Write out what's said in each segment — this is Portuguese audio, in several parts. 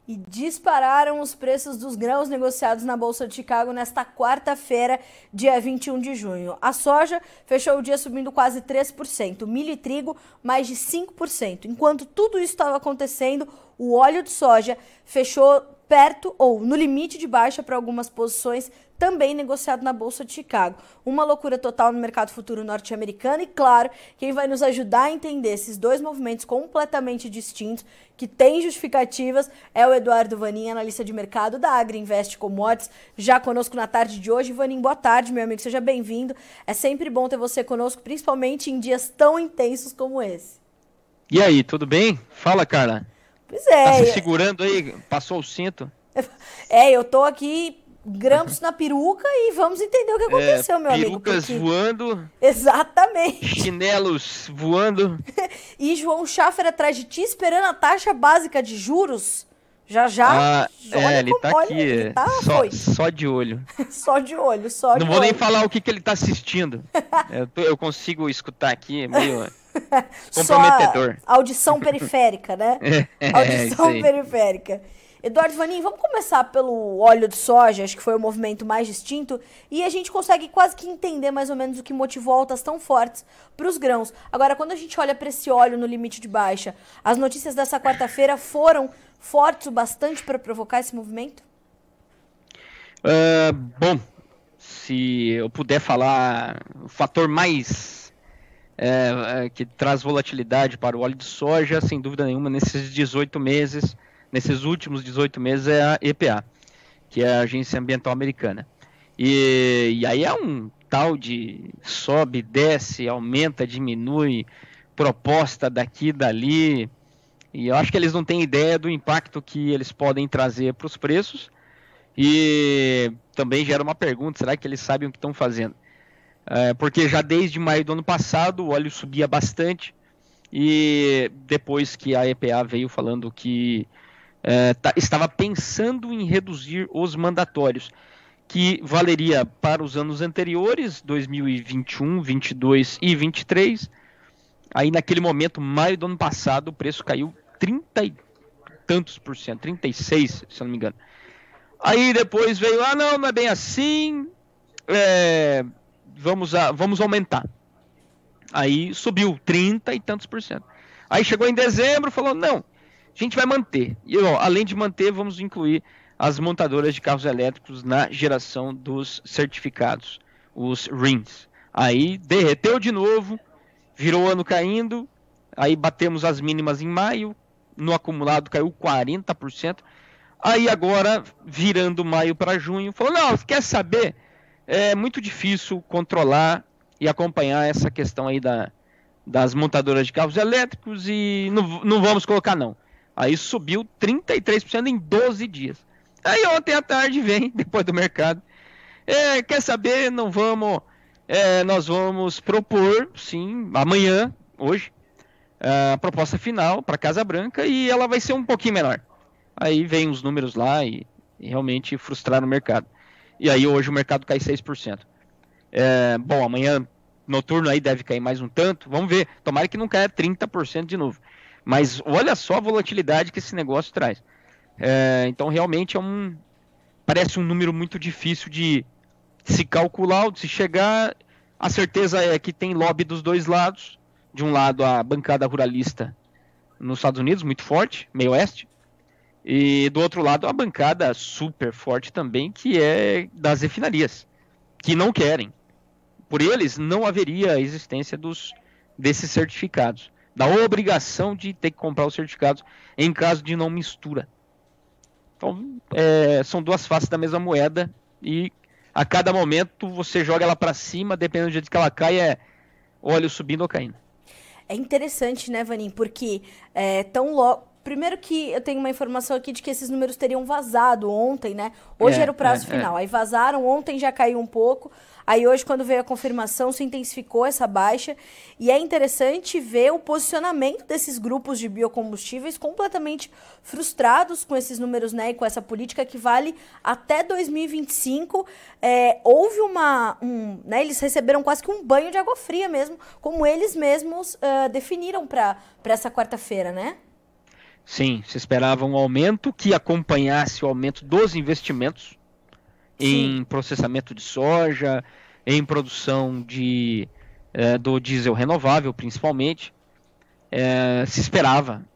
E dispararam os preços dos grãos negociados na Bolsa de Chicago nesta quarta-feira, dia 21 de junho. A soja fechou o dia subindo quase 3%, milho e trigo mais de 5%. Enquanto tudo isso estava acontecendo, o óleo de soja fechou perto ou no limite de baixa para algumas posições, também negociado na Bolsa de Chicago. Uma loucura total no mercado futuro norte-americano e, claro, quem vai nos ajudar a entender esses dois movimentos completamente distintos, que têm justificativas, é o Eduardo Vanin, analista de mercado da AgriInvest Commodities, já conosco na tarde de hoje. Vanin, boa tarde, meu amigo, seja bem-vindo. É sempre bom ter você conosco, principalmente em dias tão intensos como esse. E aí, tudo bem? Fala, Carla. Pois é. Tá se segurando aí? Passou o cinto? Eu tô aqui, grampos na peruca e vamos entender o que aconteceu, meu amigo. Perucas voando. Exatamente. Chinelos voando. E João Schaffer atrás de ti, esperando a taxa básica de juros. Já. Ele tá aqui. Ele tá só de olho. Só de olho, Não vou nem falar o que ele tá assistindo. Eu consigo escutar aqui, meio comprometedor. Só audição periférica, né? Audição periférica. Eduardo Vanin, vamos começar pelo óleo de soja, acho que foi o movimento mais distinto, e a gente consegue quase que entender mais ou menos o que motivou altas tão fortes para os grãos. Agora, quando a gente olha para esse óleo no limite de baixa, as notícias dessa quarta-feira foram fortes o bastante para provocar esse movimento? Bom, se eu puder falar, o fator mais que traz volatilidade para o óleo de soja, sem dúvida nenhuma, nesses últimos 18 meses é a EPA, que é a Agência Ambiental Americana. E aí é um tal de sobe, desce, aumenta, diminui, proposta daqui e dali. E eu acho que eles não têm ideia do impacto que eles podem trazer para os preços. E também gera uma pergunta, será que eles sabem o que estão fazendo? Porque já desde maio do ano passado o óleo subia bastante. E depois que a EPA veio falando que estava pensando em reduzir os mandatórios, que valeria para os anos anteriores, 2021, 22 e 23. Aí naquele momento, maio do ano passado, o preço caiu 30 e tantos por cento, 36, se eu não me engano. Aí depois veio, não é bem assim, vamos aumentar. Aí subiu 30 e tantos por cento. Aí chegou em dezembro, falou, não, a gente vai manter. E além de manter, vamos incluir as montadoras de carros elétricos na geração dos certificados, os RINs. Aí derreteu de novo, virou ano caindo, aí batemos as mínimas em maio, no acumulado caiu 40%. Aí agora, virando maio para junho, falou, não, quer saber? É muito difícil controlar e acompanhar essa questão aí das montadoras de carros elétricos e não vamos colocar não. Aí subiu 33% em 12 dias. Aí ontem à tarde vem, depois do mercado, quer saber, não vamos, nós vamos propor, sim, amanhã, hoje, a proposta final para a Casa Branca e ela vai ser um pouquinho menor. Aí vem os números lá e realmente frustraram o mercado. E aí hoje o mercado cai 6%. Bom, amanhã noturno aí deve cair mais um tanto, vamos ver, tomara que não caia 30% de novo. Mas olha só a volatilidade que esse negócio traz. Então realmente parece um número muito difícil de se calcular, de se chegar. A certeza é que tem lobby dos dois lados. De um lado a bancada ruralista nos Estados Unidos, muito forte, meio oeste. E do outro lado a bancada super forte também, que é das refinarias, que não querem. Por eles não haveria a existência desses certificados, da obrigação de ter que comprar os certificados em caso de não mistura. Então, são duas faces da mesma moeda e a cada momento você joga ela para cima, dependendo do jeito que ela cai, óleo subindo ou caindo. É interessante, né, Vanin, porque primeiro que eu tenho uma informação aqui de que esses números teriam vazado ontem, né? Hoje era o prazo final. Aí vazaram, ontem já caiu um pouco. Aí hoje, quando veio a confirmação, se intensificou essa baixa. E é interessante ver o posicionamento desses grupos de biocombustíveis completamente frustrados com esses números, né? E com essa política que vale até 2025. Houve né, eles receberam quase que um banho de água fria mesmo, como eles mesmos definiram para essa quarta-feira, né? Sim, se esperava um aumento que acompanhasse o aumento dos investimentos em processamento de soja, em produção do diesel renovável, principalmente. Se esperava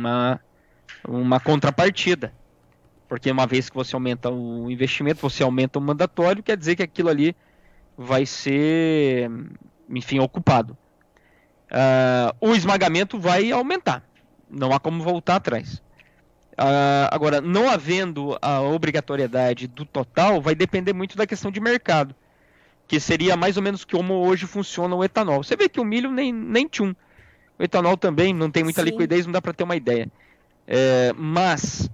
uma contrapartida, porque uma vez que você aumenta o investimento, você aumenta o mandatório, quer dizer que aquilo ali vai ser, enfim, ocupado. O esmagamento vai aumentar, não há como voltar atrás. Agora, não havendo a obrigatoriedade do total, vai depender muito da questão de mercado, que seria mais ou menos como hoje funciona o etanol. Você vê que o milho nem tchum. O etanol também não tem muita liquidez, não dá para ter uma ideia. Mas,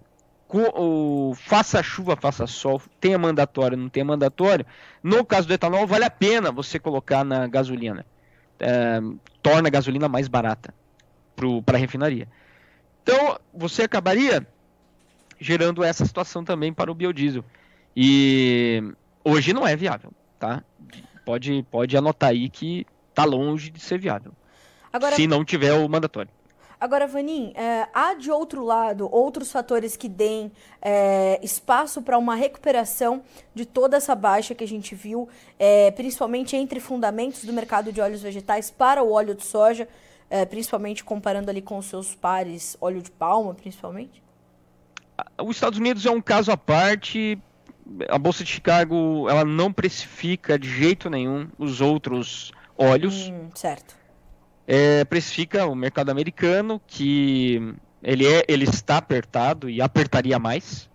faça chuva, faça sol, tenha mandatório, não tenha mandatório, no caso do etanol, vale a pena você colocar na gasolina. Torna a gasolina mais barata para a refinaria. Então, você acabaria gerando essa situação também para o biodiesel. E hoje não é viável, tá? Pode anotar aí que está longe de ser viável. Agora, se não tiver o mandatório. Agora, Vanin, há de outro lado outros fatores que deem espaço para uma recuperação de toda essa baixa que a gente viu, principalmente entre fundamentos do mercado de óleos vegetais para o óleo de soja, principalmente comparando ali com os seus pares, óleo de palma, principalmente? Os Estados Unidos é um caso à parte. A Bolsa de Chicago, ela não precifica de jeito nenhum os outros óleos. Certo. Precifica o mercado americano, que ele está apertado e apertaria mais.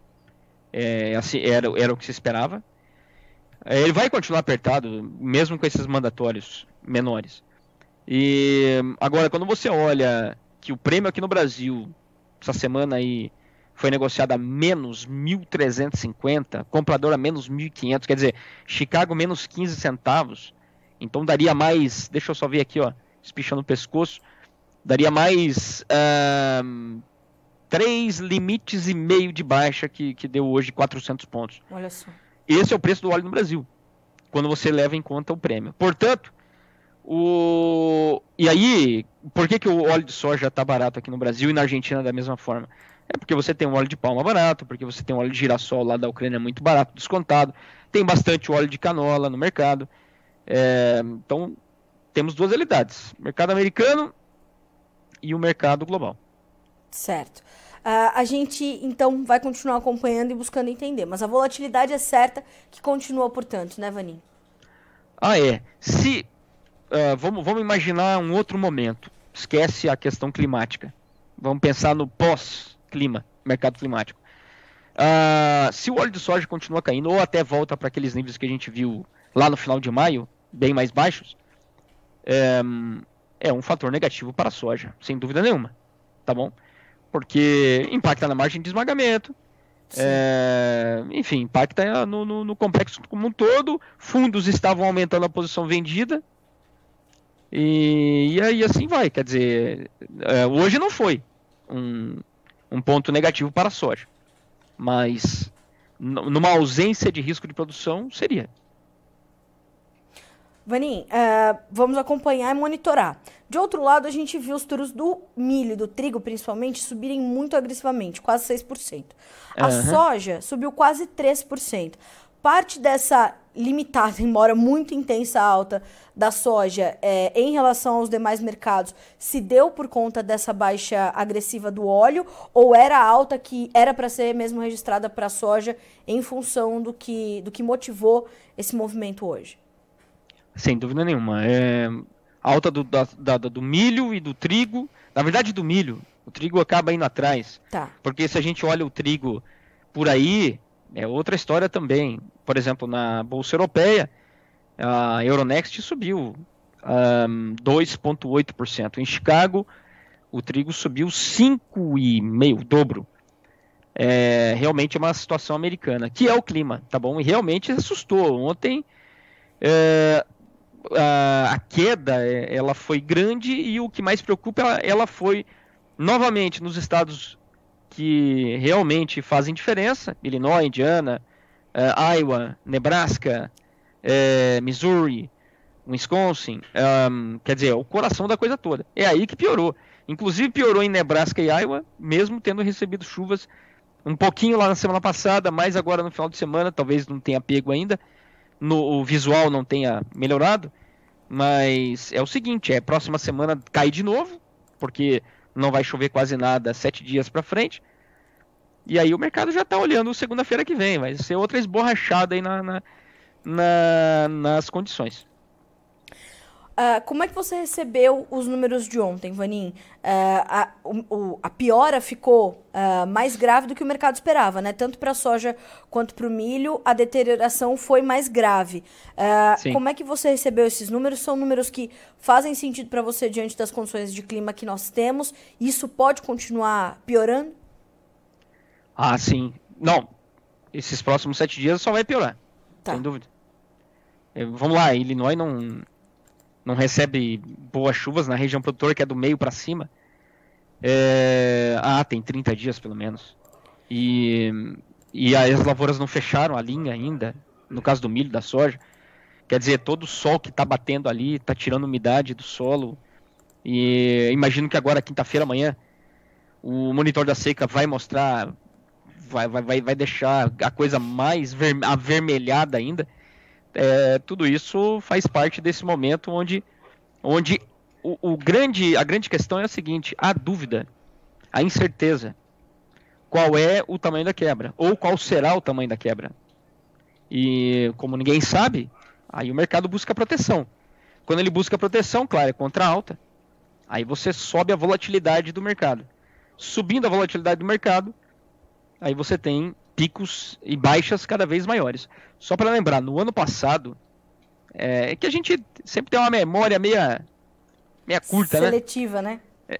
Assim, era o que se esperava. Ele vai continuar apertado, mesmo com esses mandatórios menores. E agora, quando você olha que o prêmio aqui no Brasil, essa semana aí, foi negociado a menos 1.350, comprador a menos 1.500, quer dizer, Chicago menos 15 centavos, então daria mais, deixa eu só ver aqui, ó, espichando o pescoço, daria mais 3 limites e meio de baixa que deu hoje 400 pontos. Olha só. Esse é o preço do óleo no Brasil, quando você leva em conta o prêmio. Portanto, e aí, por que o óleo de soja está barato aqui no Brasil e na Argentina da mesma forma? É porque você tem um óleo de palma barato, porque você tem um óleo de girassol lá da Ucrânia muito barato, descontado. Tem bastante óleo de canola no mercado. Então, temos duas realidades. O mercado americano e o mercado global. Certo. A gente, então, vai continuar acompanhando e buscando entender. Mas a volatilidade é certa que continua, portanto, né, Vanin? Vamos imaginar um outro momento. Esquece a questão climática. Vamos pensar no pós-clima, mercado climático. Se o óleo de soja continua caindo, ou até volta para aqueles níveis que a gente viu lá no final de maio, bem mais baixos, é um fator negativo para a soja, sem dúvida nenhuma. Tá bom? Porque impacta na margem de esmagamento, enfim, impacta no complexo como um todo. Fundos estavam aumentando a posição vendida, e aí assim vai. Quer dizer, hoje não foi um ponto negativo para a soja, mas numa ausência de risco de produção seria. Vanin, vamos acompanhar e monitorar. De outro lado, a gente viu os futuros do milho e do trigo, principalmente, subirem muito agressivamente, quase 6%. A soja subiu quase 3%. Parte dessa limitada, embora muito intensa alta da soja em relação aos demais mercados, se deu por conta dessa baixa agressiva do óleo, ou era alta que era para ser mesmo registrada para a soja em função do que motivou esse movimento hoje? Sem dúvida nenhuma. Alta do milho e do trigo. Na verdade, do milho. O trigo acaba indo atrás. Tá. Porque se a gente olha o trigo por aí, é outra história também. Por exemplo, na Bolsa Europeia, a Euronext subiu 2,8%. Em Chicago, o trigo subiu 5,5%, o dobro. Realmente é uma situação americana, que é o clima, tá bom? E realmente assustou. Ontem a queda ela foi grande, e o que mais preocupa, ela foi novamente nos estados que realmente fazem diferença: Illinois, Indiana, Iowa, Nebraska, Missouri, Wisconsin, quer dizer, o coração da coisa toda. É aí que piorou. Inclusive piorou em Nebraska e Iowa, mesmo tendo recebido chuvas um pouquinho lá na semana passada, mas agora no final de semana, talvez não tenha pego ainda, o visual não tenha melhorado, mas é o seguinte, próxima semana cai de novo, porque não vai chover quase nada 7 dias para frente, e aí o mercado já está olhando segunda-feira que vem, vai ser outra esborrachada aí nas condições. Como é que você recebeu os números de ontem, Vanin? A piora ficou mais grave do que o mercado esperava, né? Tanto para a soja quanto para o milho, a deterioração foi mais grave. Como é que você recebeu esses números? São números que fazem sentido para você diante das condições de clima que nós temos? Isso pode continuar piorando? Sim. Não, esses próximos 7 dias só vai piorar, sem dúvida. Vamos lá, Illinois não recebe boas chuvas na região produtora, que é do meio para cima. Tem 30 dias pelo menos. E as lavouras não fecharam a linha ainda, no caso do milho, da soja. Quer dizer, todo o sol que está batendo ali, está tirando umidade do solo. E imagino que agora, quinta-feira, amanhã, o monitor da seca vai mostrar, vai deixar a coisa mais avermelhada ainda. Tudo isso faz parte desse momento onde a grande questão é a seguinte: a dúvida, a incerteza, qual é o tamanho da quebra, ou qual será o tamanho da quebra. E como ninguém sabe, aí o mercado busca proteção. Quando ele busca proteção, claro, é contra a alta, aí você sobe a volatilidade do mercado. Subindo a volatilidade do mercado, aí você tem picos e baixas cada vez maiores. Só para lembrar, no ano passado, que a gente sempre tem uma memória meia curta, seletiva, né?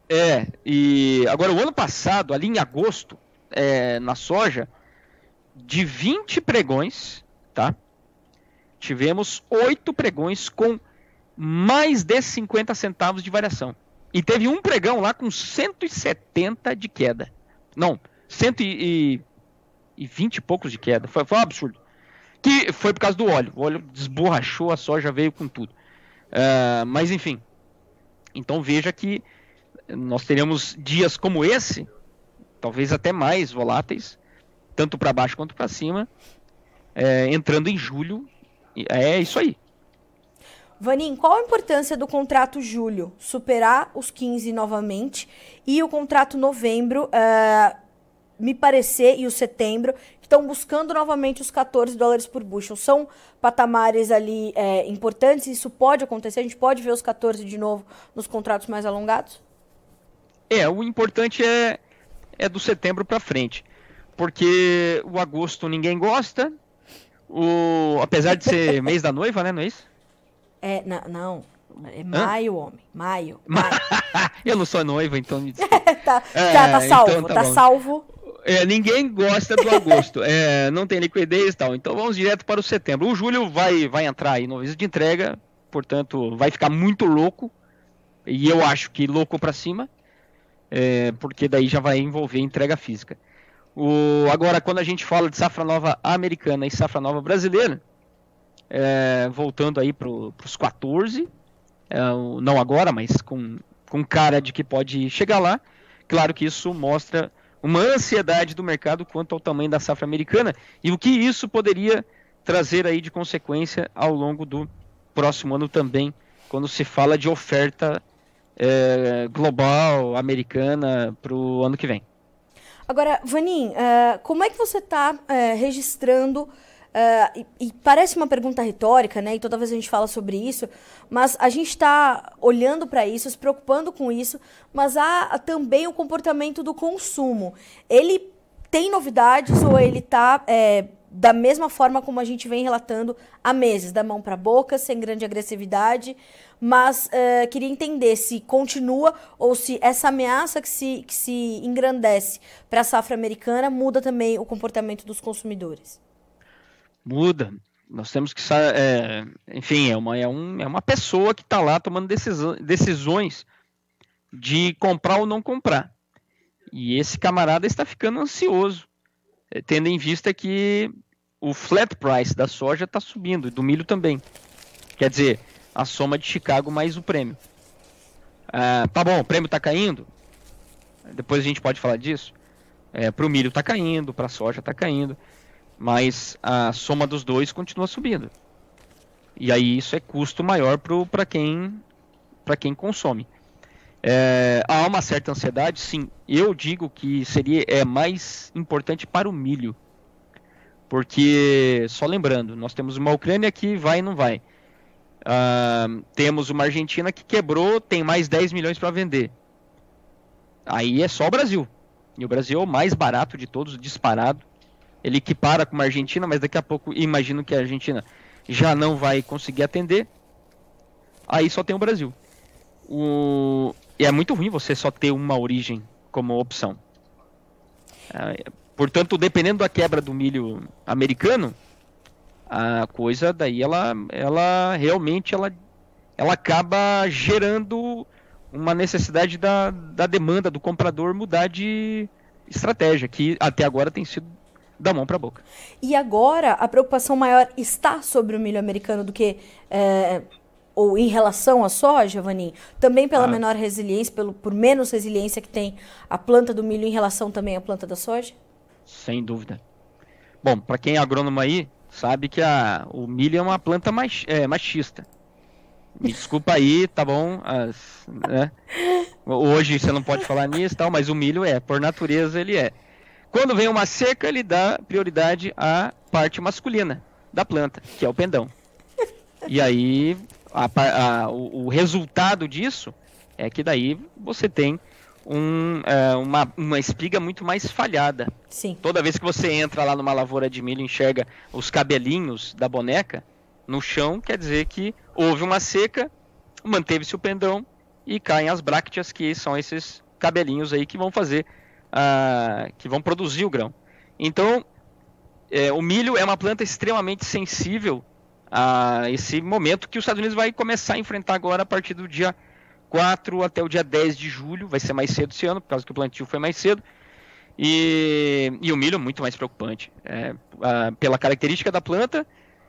E agora o ano passado, ali em agosto, na soja, de 20 pregões, tá? Tivemos 8 pregões com mais de 50 centavos de variação. E teve um pregão lá com 170 de queda. Não, 120 e poucos de queda. Foi um absurdo. Que foi por causa do óleo. O óleo desborrachou, a soja veio com tudo. Mas enfim. Então veja que nós teremos dias como esse, talvez até mais voláteis, tanto para baixo quanto para cima, entrando em julho. É isso aí. Vanin, qual a importância do contrato julho superar os 15 novamente e o contrato novembro, me parecer, e o setembro, que estão buscando novamente os $14 por bushel? São patamares ali importantes? Isso pode acontecer? A gente pode ver os 14 de novo nos contratos mais alongados? O importante é do setembro para frente, porque o agosto ninguém gosta, apesar de ser mês da noiva, né, não é isso? Não. É maio, homem. Maio. Eu não sou noiva, então... tá salvo, então tá salvo. Ninguém gosta do agosto. Não tem liquidez e tal. Então vamos direto para o setembro. O julho vai entrar aí no aviso de entrega, portanto vai ficar muito louco. E eu acho que louco para cima, porque daí já vai envolver entrega física. Agora, quando a gente fala de safra nova americana e safra nova brasileira, voltando aí para os 14, não agora, mas com cara de que pode chegar lá. Claro que isso mostra uma ansiedade do mercado quanto ao tamanho da safra americana e o que isso poderia trazer aí de consequência ao longo do próximo ano também, quando se fala de oferta global, americana, para o ano que vem. Agora, Vanin, como é que você está registrando... E parece uma pergunta retórica, né? E toda vez a gente fala sobre isso, mas a gente está olhando para isso, se preocupando com isso, mas há também o comportamento do consumo. Ele tem novidades ou ele está da mesma forma como a gente vem relatando há meses, da mão para a boca, sem grande agressividade, mas queria entender se continua ou se essa ameaça que se engrandece para a safra americana muda também o comportamento dos consumidores. Muda. Nós temos que... enfim, é uma pessoa que está lá tomando decisões de comprar ou não comprar. E esse camarada está ficando ansioso, tendo em vista que o flat price da soja está subindo, do milho também. Quer dizer, a soma de Chicago mais o prêmio. Tá bom, o prêmio está caindo, depois a gente pode falar disso. Para o milho está caindo, para a soja está caindo, mas a soma dos dois continua subindo. E aí isso é custo maior para quem consome. Há uma certa ansiedade, sim. Eu digo que seria mais importante para o milho. Porque, só lembrando, nós temos uma Ucrânia que vai e não vai. Temos uma Argentina que quebrou, tem mais 10 milhões para vender. Aí é só o Brasil. E o Brasil é o mais barato de todos, disparado. Ele equipara com a Argentina, mas daqui a pouco imagino que a Argentina já não vai conseguir atender. Aí só tem o Brasil. E é muito ruim você só ter uma origem como opção. Portanto, dependendo da quebra do milho americano, a coisa daí ela realmente ela acaba gerando uma necessidade da demanda do comprador mudar de estratégia, que até agora tem sido da mão para a boca. E agora a preocupação maior está sobre o milho americano do que ou em relação à soja, Vanim? Também pela menor resiliência, por menos resiliência que tem a planta do milho em relação também à planta da soja? Sem dúvida. Bom, para quem é agrônomo aí, sabe que o milho é uma planta machista. Me desculpa aí, tá bom? Né? Hoje você não pode falar nisso, tal, mas o milho por natureza ele é. Quando vem uma seca, ele dá prioridade à parte masculina da planta, que é o pendão. E aí, o resultado disso é que daí você tem uma espiga muito mais falhada. Sim. Toda vez que você entra lá numa lavoura de milho e enxerga os cabelinhos da boneca no chão, quer dizer que houve uma seca, manteve-se o pendão e caem as brácteas, que são esses cabelinhos aí que vão fazer, que vão produzir o grão. Então, o milho é uma planta extremamente sensível a esse momento que os Estados Unidos vai começar a enfrentar agora a partir do dia 4 até o dia 10 de julho, vai ser mais cedo esse ano, por causa que o plantio foi mais cedo. E o milho é muito mais preocupante, pela característica da planta,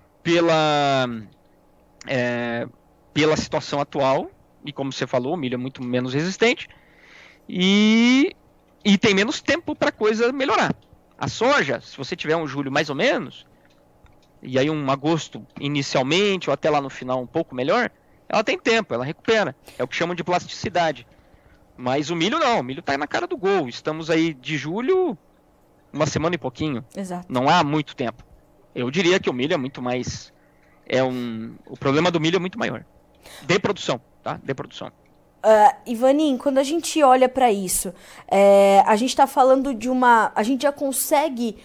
pela situação atual, e como você falou, o milho é muito menos resistente, e tem menos tempo para a coisa melhorar. A soja, se você tiver um julho mais ou menos, e aí um agosto inicialmente, ou até lá no final um pouco melhor, ela tem tempo, ela recupera. É o que chamam de plasticidade. Mas o milho não, o milho está na cara do gol. Estamos aí de julho, uma semana e pouquinho. Exato. Não há muito tempo. Eu diria que o milho é muito mais... O problema do milho é muito maior. De produção, tá? De produção. Ivanim, quando a gente olha para isso, a gente está falando de a gente já consegue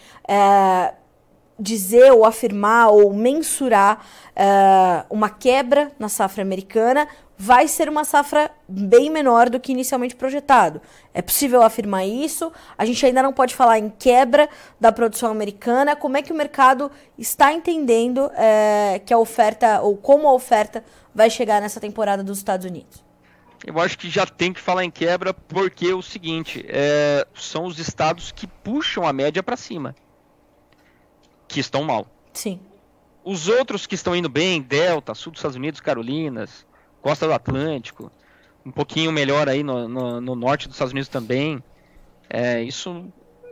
dizer ou afirmar ou mensurar uma quebra na safra americana, vai ser uma safra bem menor do que inicialmente projetado. É possível afirmar isso? A gente ainda não pode falar em quebra da produção americana. Como é que o mercado está entendendo que a oferta, ou como a oferta vai chegar nessa temporada dos Estados Unidos? Eu acho que já tem que falar em quebra, porque é o seguinte, são os estados que puxam a média para cima, que estão mal. Sim. Os outros que estão indo bem, Delta, sul dos Estados Unidos, Carolinas, costa do Atlântico, um pouquinho melhor aí no norte dos Estados Unidos também, isso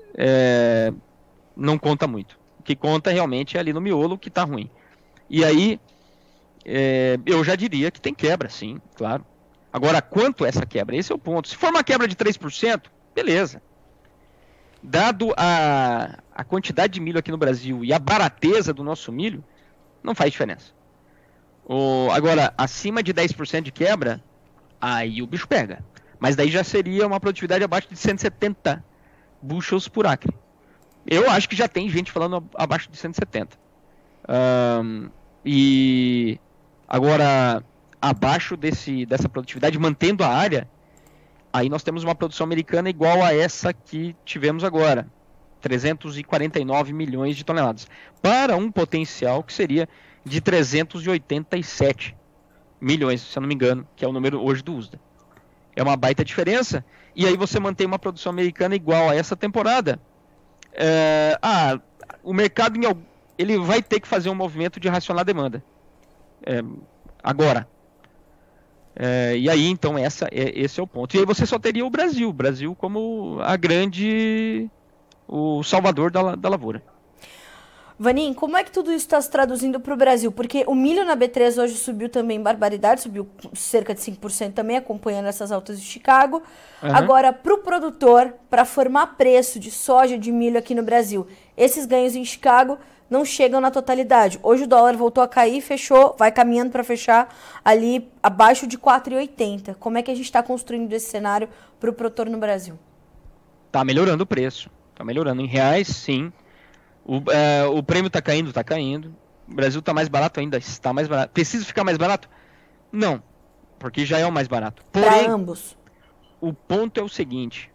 não conta muito. O que conta realmente é ali no miolo que está ruim. E aí, eu já diria que tem quebra, sim, claro. Agora, quanto essa quebra? Esse é o ponto. Se for uma quebra de 3%, beleza. Dado a quantidade de milho aqui no Brasil e a barateza do nosso milho, não faz diferença. Agora, acima de 10% de quebra, aí o bicho pega. Mas daí já seria uma produtividade abaixo de 170 bushels por acre. Eu acho que já tem gente falando abaixo de 170. E agora, abaixo dessa produtividade, mantendo a área, aí nós temos uma produção americana igual a essa que tivemos agora. 349 milhões de toneladas. Para um potencial que seria de 387 milhões, se eu não me engano, que é o número hoje do USDA. É uma baita diferença. E aí você mantém uma produção americana igual a essa temporada. O mercado ele vai ter que fazer um movimento de racionar a demanda. Agora, E aí, então, esse é o ponto. E aí você só teria o Brasil como o salvador da lavoura. Vanim, como é que tudo isso está se traduzindo para o Brasil? Porque o milho na B3 hoje subiu também barbaridade, subiu cerca de 5% também, acompanhando essas altas de Chicago. Uhum. Agora, para o produtor, para formar preço de soja, de milho aqui no Brasil, esses ganhos em Chicago não chegam na totalidade. Hoje o dólar voltou a cair, fechou, vai caminhando para fechar ali abaixo de 4,80. Como é que a gente está construindo esse cenário para o produtor no Brasil? Está melhorando o preço, está melhorando. Em reais, sim. O prêmio está caindo. O Brasil está mais barato ainda, está mais barato. Precisa ficar mais barato? Não, porque já é o mais barato. Para ambos. O ponto é o seguinte,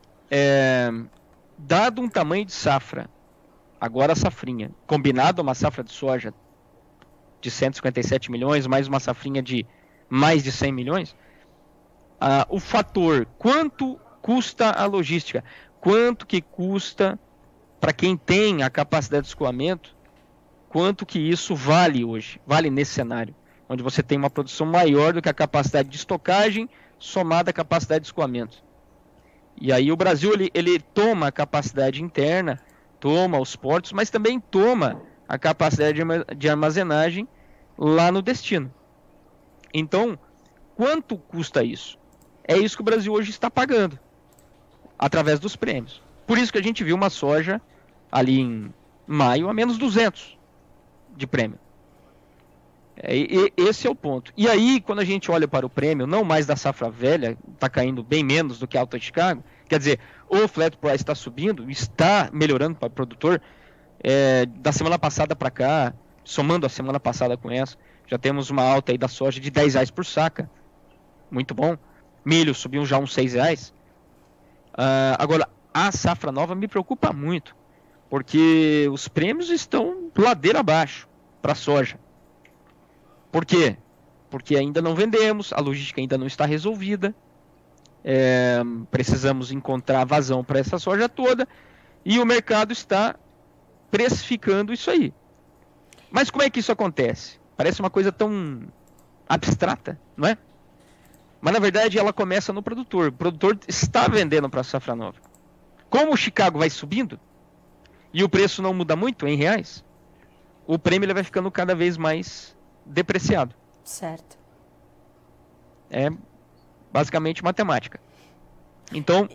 dado um tamanho de safra, agora a safrinha, combinado a uma safra de soja de 157 milhões, mais uma safrinha de mais de 100 milhões, o fator quanto custa a logística, quanto que custa para quem tem a capacidade de escoamento, quanto que isso vale hoje, vale nesse cenário, onde você tem uma produção maior do que a capacidade de estocagem somada à capacidade de escoamento. E aí o Brasil ele toma a capacidade interna, toma os portos, mas também toma a capacidade de armazenagem lá no destino. Então, quanto custa isso? É isso que o Brasil hoje está pagando, através dos prêmios. Por isso que a gente viu uma soja ali em maio a menos 200 de prêmio. Esse é o ponto. E aí, quando a gente olha para o prêmio, não mais da safra velha, está caindo bem menos do que a Alta de Chicago, quer dizer, o flat price está subindo, está melhorando para o produtor. Da semana passada para cá, somando a semana passada com essa, já temos uma alta aí da soja de R$10 por saca. Muito bom. Milho subiu já uns R$6. Agora, a safra nova me preocupa muito, porque os prêmios estão ladeira abaixo para a soja. Por quê? Porque ainda não vendemos, a logística ainda não está resolvida, precisamos encontrar vazão para essa soja toda, e o mercado está precificando isso aí. Mas como é que isso acontece? Parece uma coisa tão abstrata, não é? Mas na verdade ela começa no produtor. O produtor está vendendo para a safra nova. Como o Chicago vai subindo e o preço não muda muito em reais, o prêmio ele vai ficando cada vez mais depreciado. Certo. É basicamente matemática. Então,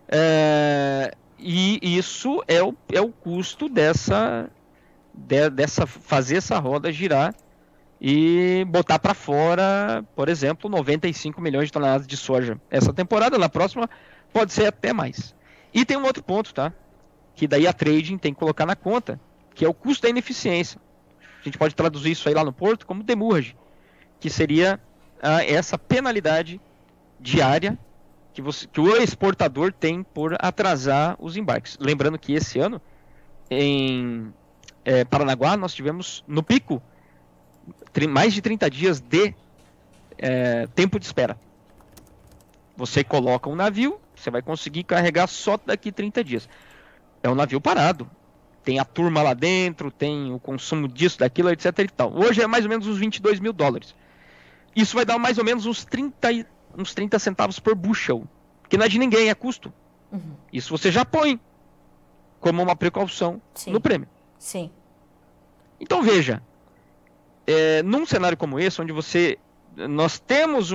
e isso é o custo dessa fazer essa roda girar e botar para fora, por exemplo, 95 milhões de toneladas de soja essa temporada. Na próxima pode ser até mais. E tem um outro ponto, tá? Que daí a trading tem que colocar na conta, que é o custo da ineficiência. A gente pode traduzir isso aí lá no porto como demurrage, que seria essa penalidade diária que o exportador tem por atrasar os embarques. Lembrando que esse ano, em Paranaguá, nós tivemos no pico mais de 30 dias de tempo de espera. Você coloca um navio, você vai conseguir carregar só daqui 30 dias. É um navio parado. Tem a turma lá dentro, tem o consumo disso, daquilo, etc. e tal. Hoje é mais ou menos uns $22 mil. Isso vai dar mais ou menos uns 30 centavos por bushel. Que não é de ninguém, é custo. Uhum. Isso você já põe como uma precaução no prêmio. Sim. Então veja, num cenário como esse, onde nós temos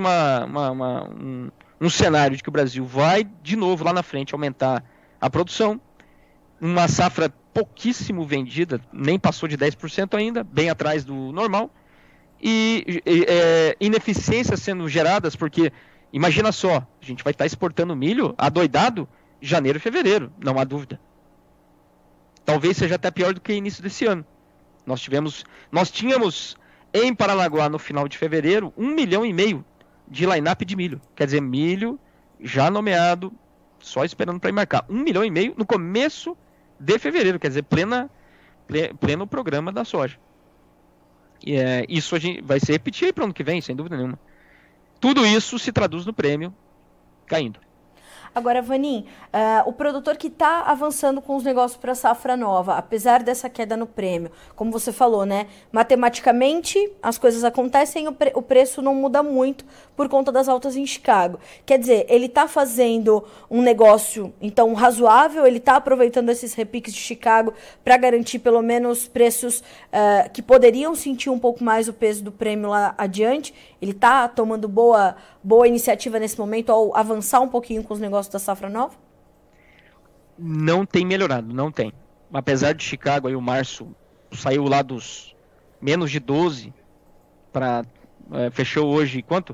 um cenário de que o Brasil vai de novo lá na frente aumentar a produção, uma safra pouquíssimo vendida, nem passou de 10% ainda, bem atrás do normal, e ineficiências sendo geradas, porque imagina só, a gente vai estar exportando milho adoidado janeiro e fevereiro, não há dúvida. Talvez seja até pior do que o início desse ano. Nós tínhamos em Paranaguá no final de fevereiro 1,5 milhão de line-up de milho. Quer dizer, milho já nomeado, só esperando para embarcar. 1,5 milhão no começo de fevereiro, quer dizer, pleno programa da soja. E isso a gente vai se repetir aí para o ano que vem, sem dúvida nenhuma. Tudo isso se traduz no prêmio caindo. Agora, Vanin, o produtor que está avançando com os negócios para a safra nova, apesar dessa queda no prêmio, como você falou, né? Matematicamente, as coisas acontecem, o preço não muda muito por conta das altas em Chicago. Quer dizer, ele está fazendo um negócio, então, razoável, ele está aproveitando esses repiques de Chicago para garantir pelo menos preços que poderiam sentir um pouco mais o peso do prêmio lá adiante. Ele está tomando boa iniciativa nesse momento ao avançar um pouquinho com os negócios da safra nova? Não tem melhorado, não tem. Apesar de Chicago, aí o março saiu lá dos menos de 12 para fechou hoje quanto?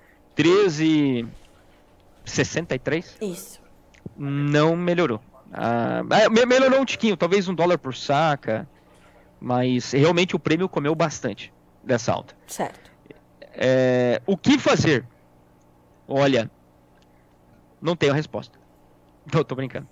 13,63? Isso. Não melhorou. Melhorou um tiquinho, talvez $1 por saca, mas realmente o prêmio comeu bastante dessa alta. Certo. O que fazer? Olha, não tenho a resposta. Não, tô brincando.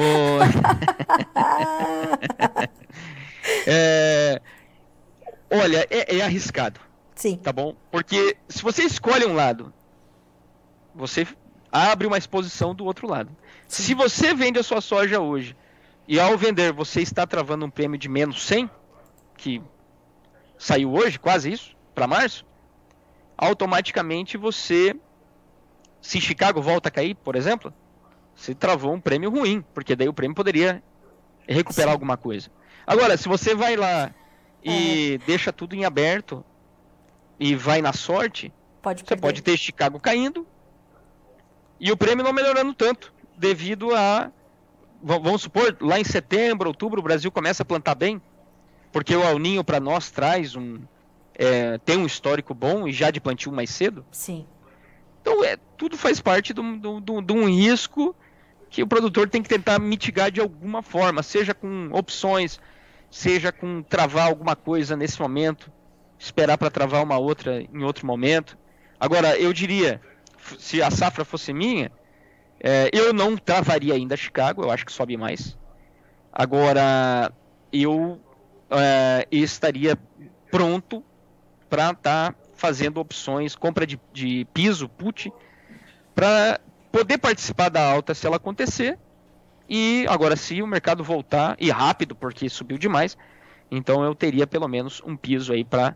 Olha, é arriscado. Sim. Tá bom? Porque se você escolhe um lado, você abre uma exposição do outro lado. Sim. Se você vende a sua soja hoje e ao vender você está travando um prêmio de menos 100, que saiu hoje, quase isso, para março, automaticamente você, se Chicago volta a cair, por exemplo, você travou um prêmio ruim, porque daí o prêmio poderia recuperar alguma coisa. Agora, se você vai lá e deixa tudo em aberto e vai na sorte, você pode ter Chicago caindo e o prêmio não melhorando tanto, devido a, vamos supor, lá em setembro, outubro, o Brasil começa a plantar bem, porque o El Niño para nós traz tem um histórico bom e já de plantio mais cedo. Sim. Então, tudo faz parte de um risco que o produtor tem que tentar mitigar de alguma forma, seja com opções, seja com travar alguma coisa nesse momento, esperar para travar uma outra em outro momento. Agora, eu diria, se a safra fosse minha, eu não travaria ainda Chicago, eu acho que sobe mais. Agora, eu estaria pronto para estar fazendo opções, compra de piso, put, para poder participar da alta se ela acontecer. E agora, se o mercado voltar, e rápido, porque subiu demais, então eu teria pelo menos um piso aí para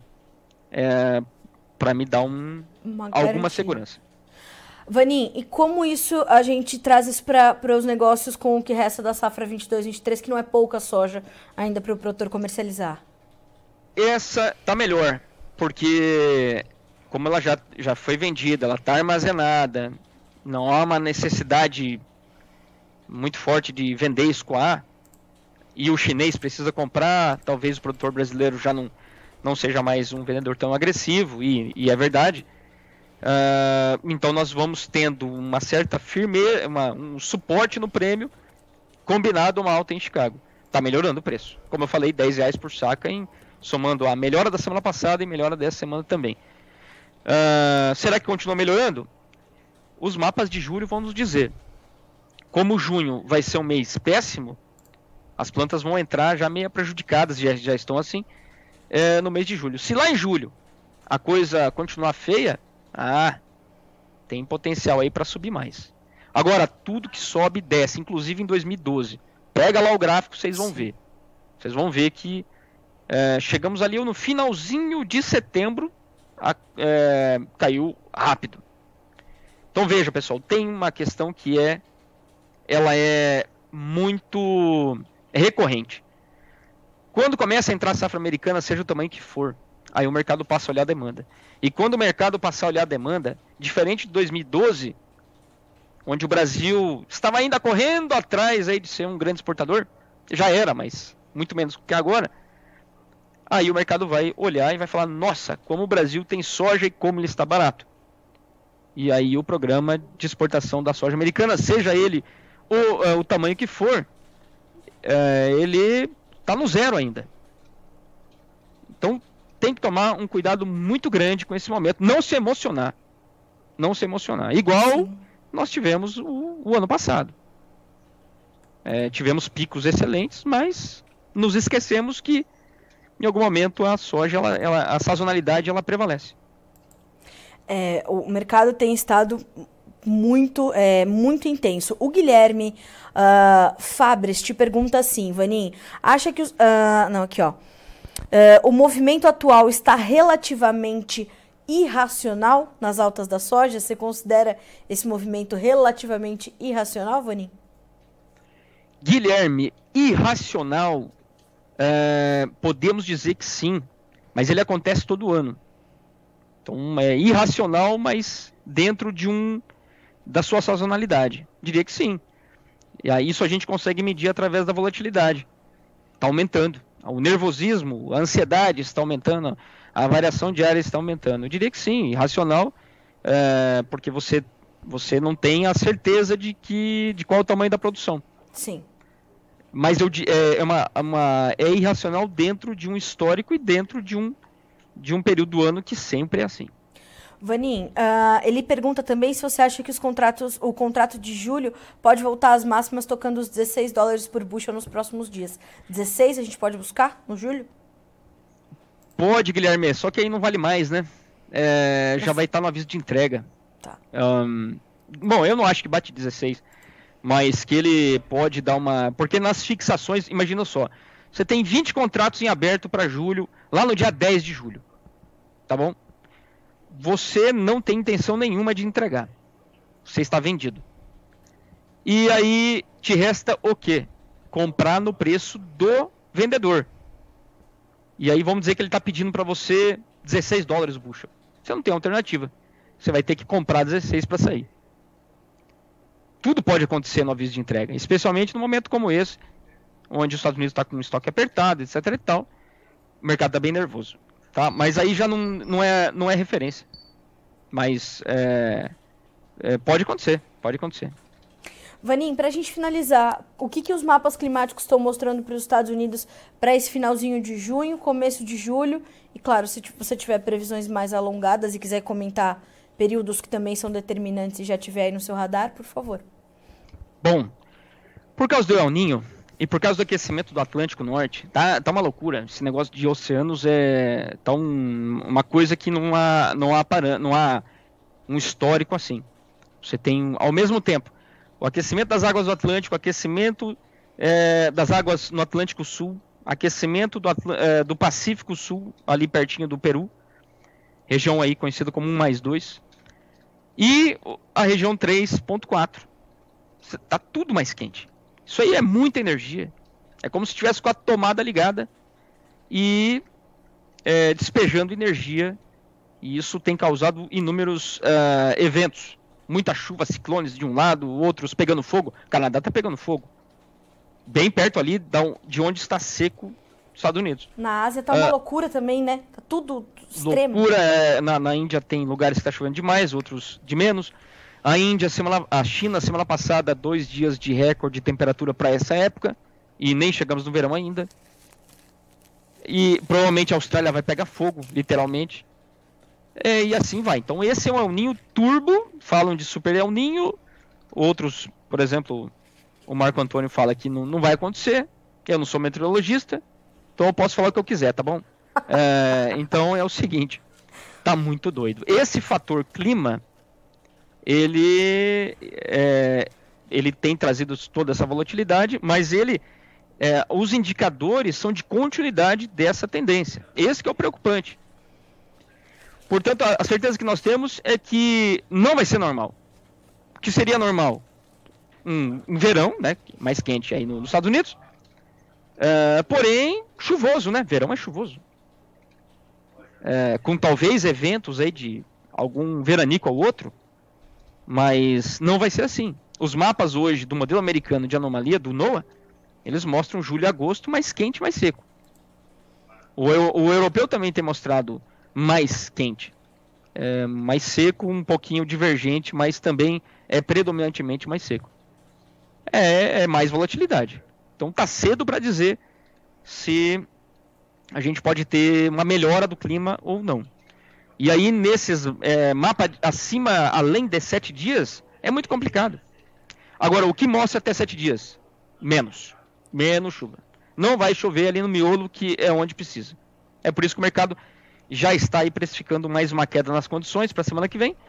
me dar alguma segurança. Vanin, e como isso a gente traz isso para os negócios com o que resta da safra 22-23, que não é pouca soja ainda para o produtor comercializar? Essa tá melhor, porque como ela já foi vendida, ela está armazenada, não há uma necessidade muito forte de vender e escoar, e o chinês precisa comprar, talvez o produtor brasileiro já não seja mais um vendedor tão agressivo, e é verdade. Então nós vamos tendo uma certa firmeza, um suporte no prêmio, combinado uma alta em Chicago. Está melhorando o preço. Como eu falei, R$10 por saca, somando a melhora da semana passada e melhora dessa semana também. Será que continua melhorando? Os mapas de julho vão nos dizer. Como junho vai ser um mês péssimo, as plantas vão entrar já meio prejudicadas, já estão assim, no mês de julho. Se lá em julho a coisa continuar feia, tem potencial aí para subir mais. Agora, tudo que sobe desce, inclusive em 2012. Pega lá o gráfico, vocês vão ver. Vocês vão ver que chegamos ali no finalzinho de setembro, caiu rápido. Então veja, pessoal, tem uma questão que ela é muito recorrente. Quando começa a entrar a safra americana, seja o tamanho que for, aí o mercado passa a olhar a demanda. E quando o mercado passar a olhar a demanda, diferente de 2012, onde o Brasil estava ainda correndo atrás aí de ser um grande exportador, já era, mas muito menos do que agora, aí o mercado vai olhar e vai falar, nossa, como o Brasil tem soja e como ele está barato. E aí o programa de exportação da soja americana, seja ele o tamanho que for, ele está no zero ainda. Então tem que tomar um cuidado muito grande com esse momento, não se emocionar. Igual Sim. Nós tivemos o ano passado. Tivemos picos excelentes, mas nos esquecemos que em algum momento a soja, a sazonalidade, ela prevalece. O mercado tem estado muito intenso. O Guilherme Fabres te pergunta assim, Vanin, acha que o movimento atual está relativamente irracional nas altas da soja? Você considera esse movimento relativamente irracional, Vanin? Guilherme, irracional, podemos dizer que sim, mas ele acontece todo ano. Então é irracional, mas dentro da sua sazonalidade. Diria que sim. E aí isso a gente consegue medir através da volatilidade. Está aumentando. O nervosismo, a ansiedade está aumentando, a variação diária está aumentando. Eu diria que sim, irracional, porque você não tem a certeza de qual é o tamanho da produção. Sim. Mas é irracional dentro de um histórico e dentro de um período do ano que sempre é assim. Vanin, ele pergunta também se você acha que o contrato de julho pode voltar às máximas tocando os $16 por bushel nos próximos dias. 16 a gente pode buscar no julho? Pode, Guilherme, só que aí não vale mais, né? Já vai estar no aviso de entrega. Tá. Bom, eu não acho que bate 16, mas que ele pode dar uma... Porque nas fixações, imagina só, você tem 20 contratos em aberto para julho, lá no dia 10 de julho, tá bom? Você não tem intenção nenhuma de entregar. Você está vendido. E aí te resta o quê? Comprar no preço do vendedor. E aí vamos dizer que ele está pedindo para você $16 o bushel. Você não tem alternativa. Você vai ter que comprar 16 para sair. Tudo pode acontecer no aviso de entrega, especialmente num momento como esse, onde os Estados Unidos está com um estoque apertado, etc. e tal. O mercado está bem nervoso. Tá? Mas aí já não é referência. Mas pode acontecer. Vanin, para a gente finalizar, o que os mapas climáticos estão mostrando para os Estados Unidos para esse finalzinho de junho, começo de julho? E claro, se você tiver previsões mais alongadas e quiser comentar períodos que também são determinantes e já tiver aí no seu radar, por favor. Bom, por causa do El Niño e por causa do aquecimento do Atlântico Norte, tá uma loucura. Esse negócio de oceanos tá uma coisa que não há um histórico assim. Você tem, ao mesmo tempo, o aquecimento das águas do Atlântico, o aquecimento das águas no Atlântico Sul, aquecimento do Pacífico Sul, ali pertinho do Peru, região aí conhecida como 1+2, e a região 3.4. Tá tudo mais quente. Isso aí é muita energia. É como se tivesse com a tomada ligada e despejando energia. E isso tem causado inúmeros eventos. Muita chuva, ciclones de um lado, outros pegando fogo. O Canadá está pegando fogo. Bem perto ali de onde está seco os Estados Unidos. Na Ásia tá uma loucura também, né? Tá tudo extremo. Loucura. Na Índia tem lugares que está chovendo demais, outros de menos. A China, semana passada, 2 dias de recorde de temperatura para essa época. E nem chegamos no verão ainda. E provavelmente a Austrália vai pegar fogo, literalmente. E assim vai. Então esse é um El Niño turbo. Falam de super El Niño. Outros, por exemplo, o Marco Antônio fala que não vai acontecer. Eu não sou meteorologista. Então eu posso falar o que eu quiser, tá bom? Então é o seguinte. Tá muito doido. Esse fator clima, ele tem trazido toda essa volatilidade, mas os indicadores são de continuidade dessa tendência. Esse que é o preocupante. Portanto, a certeza que nós temos é que não vai ser normal. O que seria normal? Um verão, né, mais quente aí nos Estados Unidos, porém chuvoso, né? Verão é chuvoso. Com talvez eventos aí de algum veranico ao outro, mas não vai ser assim. Os mapas hoje do modelo americano de anomalia, do NOAA, eles mostram julho e agosto mais quente, mais seco. O europeu também tem mostrado mais quente, mais seco, um pouquinho divergente, mas também é predominantemente mais seco. É mais volatilidade. Então tá cedo para dizer se a gente pode ter uma melhora do clima ou não. E aí nesses mapas acima, além de 7 dias, é muito complicado. Agora, o que mostra até 7 dias? Menos chuva. Não vai chover ali no miolo, que é onde precisa. É por isso que o mercado já está aí precificando mais uma queda nas condições para a semana que vem,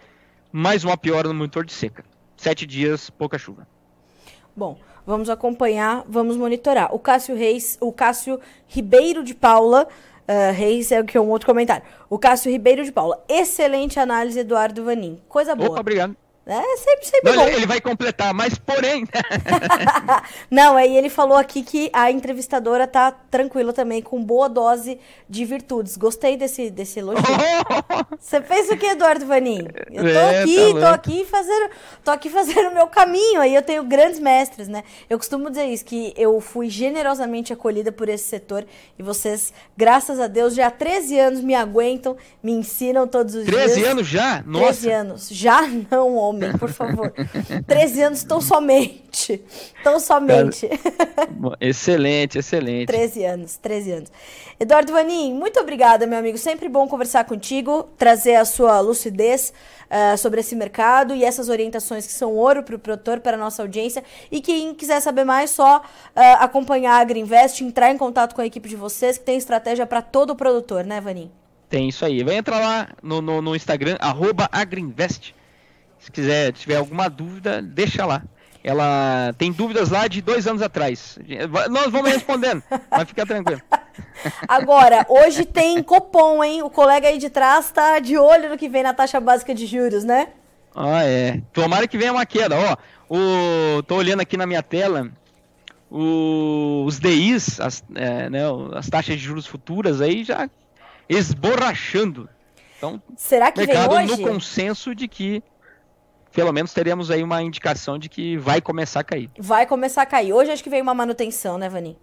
mais uma piora no monitor de seca. 7 dias, pouca chuva. Bom, vamos acompanhar, vamos monitorar. O Cássio Ribeiro de Paula, Reis é um outro comentário. O Cássio Ribeiro de Paula, excelente análise, Eduardo Vanin. Coisa boa. Opa, obrigado. Sempre não, bom. Ele vai completar, mas porém... Não, aí ele falou aqui que a entrevistadora tá tranquila também, com boa dose de virtudes. Gostei desse elogio. Você fez o que, Eduardo Vanin? Eu tô aqui fazendo o meu caminho, aí eu tenho grandes mestres, né? Eu costumo dizer isso, que eu fui generosamente acolhida por esse setor e vocês, graças a Deus, já há 13 anos me aguentam, me ensinam todos os 13 dias. 13 anos já? Nossa! 13 anos. Já não, homem, por favor. 13 anos tão somente. Tão somente. Excelente. 13 anos. Eduardo Vanin, muito obrigada, meu amigo. Sempre bom conversar contigo, trazer a sua lucidez sobre esse mercado e essas orientações que são ouro para o produtor, para a nossa audiência. E quem quiser saber mais, só acompanhar a Agriinvest, entrar em contato com a equipe de vocês, que tem estratégia para todo o produtor, né, Vanin? Tem isso aí. Vai entrar lá no Instagram, @Agriinvest. Se tiver alguma dúvida, deixa lá. Ela tem dúvidas lá de 2 anos atrás. Nós vamos respondendo, mas fica tranquilo. Agora, hoje tem Copom, hein? O colega aí de trás tá de olho no que vem na taxa básica de juros, né? Tomara que venha uma queda. Tô olhando aqui na minha tela, os DIs, as taxas de juros futuras aí já esborrachando. Então, será que mercado vem hoje? No consenso de que pelo menos teremos aí uma indicação de que vai começar a cair. Vai começar a cair. Hoje acho que veio uma manutenção, né, Vanin?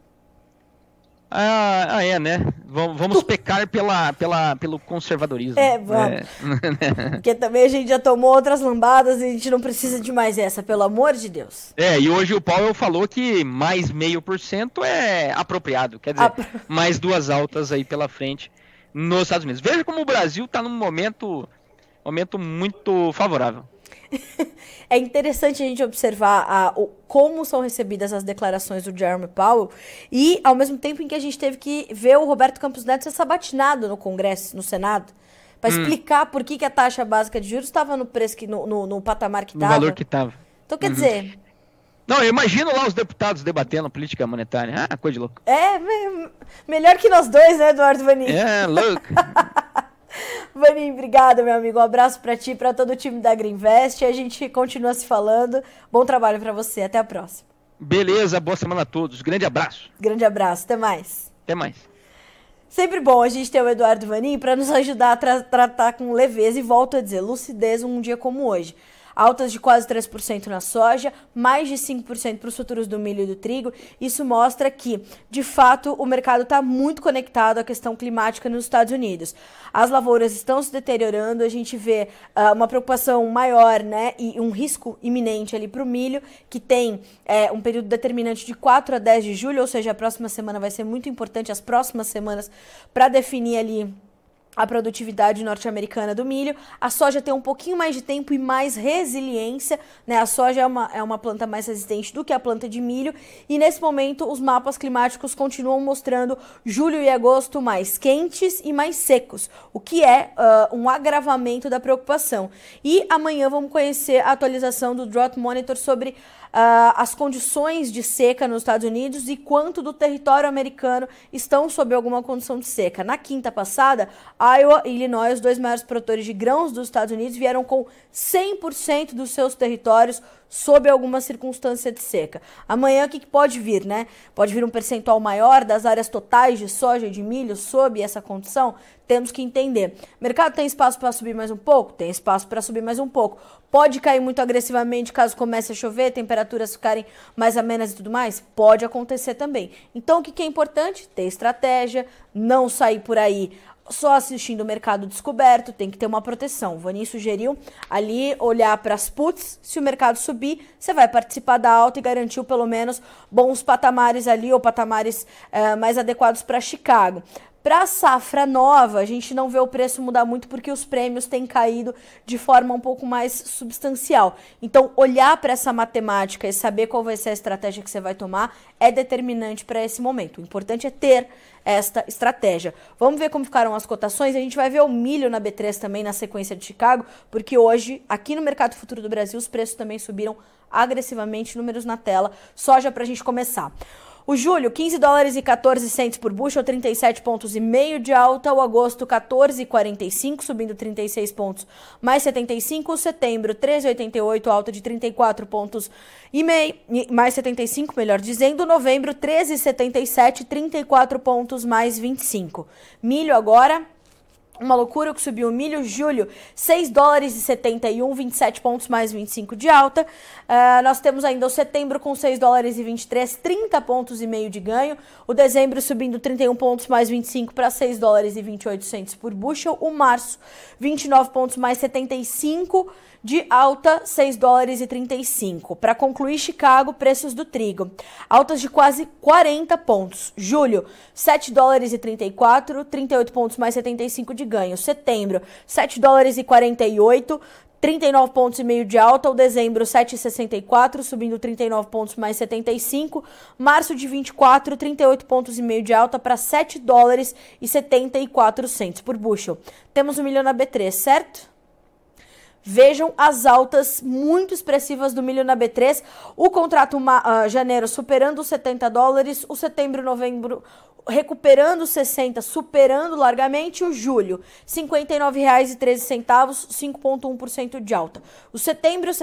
Né? Vamos pecar pelo conservadorismo. Vamos. Porque também a gente já tomou outras lambadas e a gente não precisa de mais essa, pelo amor de Deus. E hoje o Powell falou que mais 0,5% é apropriado. Quer dizer, mais 2 altas aí pela frente nos Estados Unidos. Veja como o Brasil está num momento muito favorável. É interessante a gente observar como são recebidas as declarações do Jerome Powell e ao mesmo tempo em que a gente teve que ver o Roberto Campos Neto ser sabatinado no Congresso, no Senado, para explicar por que a taxa básica de juros estava no preço no patamar que estava. No valor que estava. Então quer dizer... Não, eu imagino lá os deputados debatendo política monetária. Coisa de louco. Melhor que nós dois, né, Eduardo Vanin? Louco. Vanin, obrigada, meu amigo. Um abraço pra ti, pra todo o time da Agriinvest. A gente continua se falando. Bom trabalho pra você. Até a próxima. Beleza, boa semana a todos. Grande abraço. Grande abraço. Até mais. Até mais. Sempre bom a gente ter o Eduardo Vanin para nos ajudar a tratar com leveza e volto a dizer, lucidez um dia como hoje. Altas de quase 3% na soja, mais de 5% para os futuros do milho e do trigo. Isso mostra que, de fato, o mercado está muito conectado à questão climática nos Estados Unidos. As lavouras estão se deteriorando, a gente vê uma preocupação maior, né, e um risco iminente ali para o milho, que tem um período determinante de 4 a 10 de julho, ou seja, a próxima semana vai ser muito importante, as próximas semanas, para definir ali a produtividade norte-americana do milho. A soja tem um pouquinho mais de tempo e mais resiliência, né? A soja é uma planta mais resistente do que a planta de milho, e nesse momento os mapas climáticos continuam mostrando julho e agosto mais quentes e mais secos, o que é um agravamento da preocupação. E amanhã vamos conhecer a atualização do Drought Monitor sobre as condições de seca nos Estados Unidos e quanto do território americano estão sob alguma condição de seca. Na quinta passada, Iowa e Illinois, os 2 maiores produtores de grãos dos Estados Unidos, vieram com 100% dos seus territórios sob alguma circunstância de seca. Amanhã o que pode vir, né? Pode vir um percentual maior das áreas totais de soja e de milho sob essa condição? Temos que entender. O mercado tem espaço para subir mais um pouco? Tem espaço para subir mais um pouco. Pode cair muito agressivamente caso comece a chover, temperaturas ficarem mais amenas e tudo mais? Pode acontecer também. Então o que é importante? Ter estratégia, não sair por aí só assistindo o mercado descoberto, tem que ter uma proteção. O Vanin sugeriu ali olhar para as puts, se o mercado subir, você vai participar da alta e garantiu pelo menos bons patamares ali, ou patamares mais adequados para Chicago. Para a safra nova, a gente não vê o preço mudar muito porque os prêmios têm caído de forma um pouco mais substancial. Então, olhar para essa matemática e saber qual vai ser a estratégia que você vai tomar é determinante para esse momento. O importante é ter esta estratégia. Vamos ver como ficaram as cotações. A gente vai ver o milho na B3 também na sequência de Chicago, porque hoje, aqui no Mercado Futuro do Brasil, os preços também subiram agressivamente. Números na tela, soja para a gente começar. O julho, 15 dólares e 14 cents por bushel, 37,5 pontos de alta. O agosto, 14,45, subindo 36 pontos, mais 75. O setembro, 13,88, alta de 34 pontos e meio, mais 75, melhor dizendo. Novembro, 13,77, 34 pontos, mais 25. Milho agora... Uma loucura que subiu o milho. Julho, 6 dólares e 71, 27 pontos mais 25 de alta. Nós temos ainda o setembro com 6 dólares e 23, 30 pontos e meio de ganho. O dezembro subindo 31 pontos mais 25 para 6 dólares e 28 cents por bushel. O março, 29 pontos mais 75 de alta, 6 dólares e 35. Para concluir, Chicago, preços do trigo. Altas de quase 40 pontos. Julho, 7 dólares e 34, 38 pontos mais 75 de ganho. Setembro, 7 dólares e 48, 39 pontos e meio de alta. O dezembro, 7,64, subindo 39 pontos mais 75. Março de 24, 38 pontos e meio de alta para 7 dólares e 74 cents por bushel. Temos o milho na B3, certo? Vejam as altas muito expressivas do milho na B3. O contrato janeiro superando os 70 dólares, o setembro e novembro recuperando os 60, superando largamente. O julho, R$ 59,13, 5,1% de alta. O setembro, R$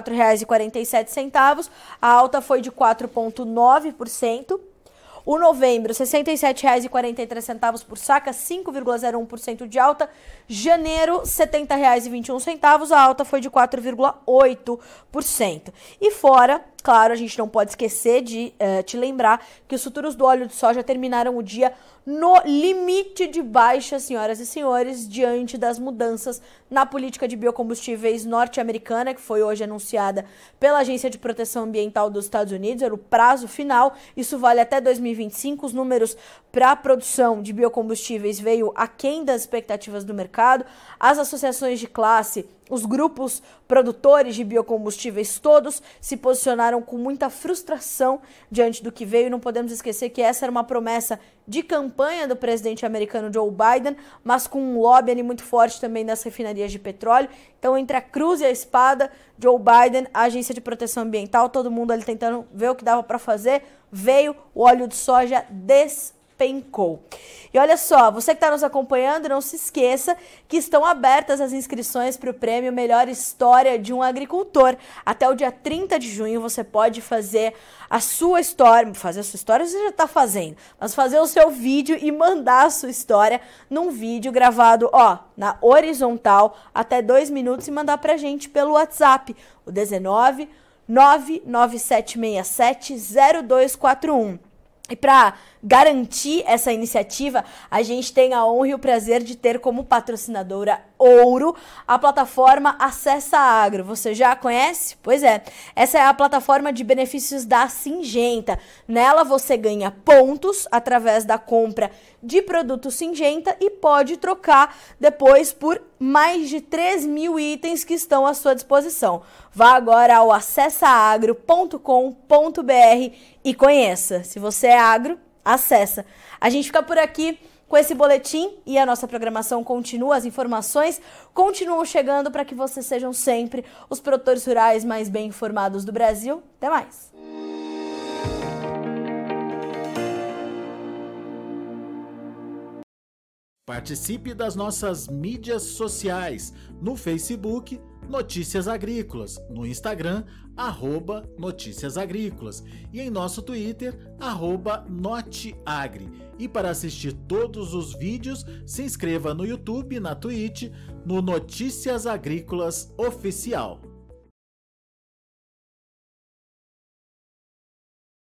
64,47, a alta foi de 4,9%. O novembro, R$ 67,43 por saca, 5,01% de alta. Janeiro, R$ 70,21, a alta foi de 4,8%. E fora, claro, a gente não pode esquecer de te lembrar que os futuros do óleo de soja terminaram o dia no limite de baixa, senhoras e senhores, diante das mudanças na política de biocombustíveis norte-americana, que foi hoje anunciada pela Agência de Proteção Ambiental dos Estados Unidos. Era o prazo final, isso vale até 2025. Os números para a produção de biocombustíveis veio aquém das expectativas do mercado. As associações de classe, os grupos produtores de biocombustíveis todos se posicionaram com muita frustração diante do que veio. Não podemos esquecer que essa era uma promessa de campanha do presidente americano Joe Biden, mas com um lobby ali muito forte também das refinarias de petróleo. Então, entre a cruz e a espada, Joe Biden, a Agência de Proteção Ambiental, todo mundo ali tentando ver o que dava para fazer, veio o óleo de soja despencou. E olha só, você que está nos acompanhando, não se esqueça que estão abertas as inscrições para o prêmio Melhor História de um Agricultor. Até o dia 30 de junho você pode fazer a sua história. Fazer a sua história você já está fazendo, mas fazer o seu vídeo e mandar a sua história num vídeo gravado, na horizontal, até 2 minutos, e mandar pra gente pelo WhatsApp, o 19 99767 0241. E para garantir essa iniciativa, a gente tem a honra e o prazer de ter como patrocinadora ouro a plataforma Acessa Agro. Você já conhece? Pois é, essa é a plataforma de benefícios da Syngenta. Nela você ganha pontos através da compra de produto Syngenta e pode trocar depois por mais de 3 mil itens que estão à sua disposição. Vá agora ao acessaagro.com.br e conheça. Se você é agro, acessa. A gente fica por aqui com esse boletim e a nossa programação continua, as informações continuam chegando para que vocês sejam sempre os produtores rurais mais bem informados do Brasil. Até mais! Participe das nossas mídias sociais, no Facebook, Notícias Agrícolas, no Instagram, @Notícias Agrícolas e em nosso Twitter, @Noteagri. E para assistir todos os vídeos, se inscreva no YouTube, na Twitch, no Notícias Agrícolas Oficial.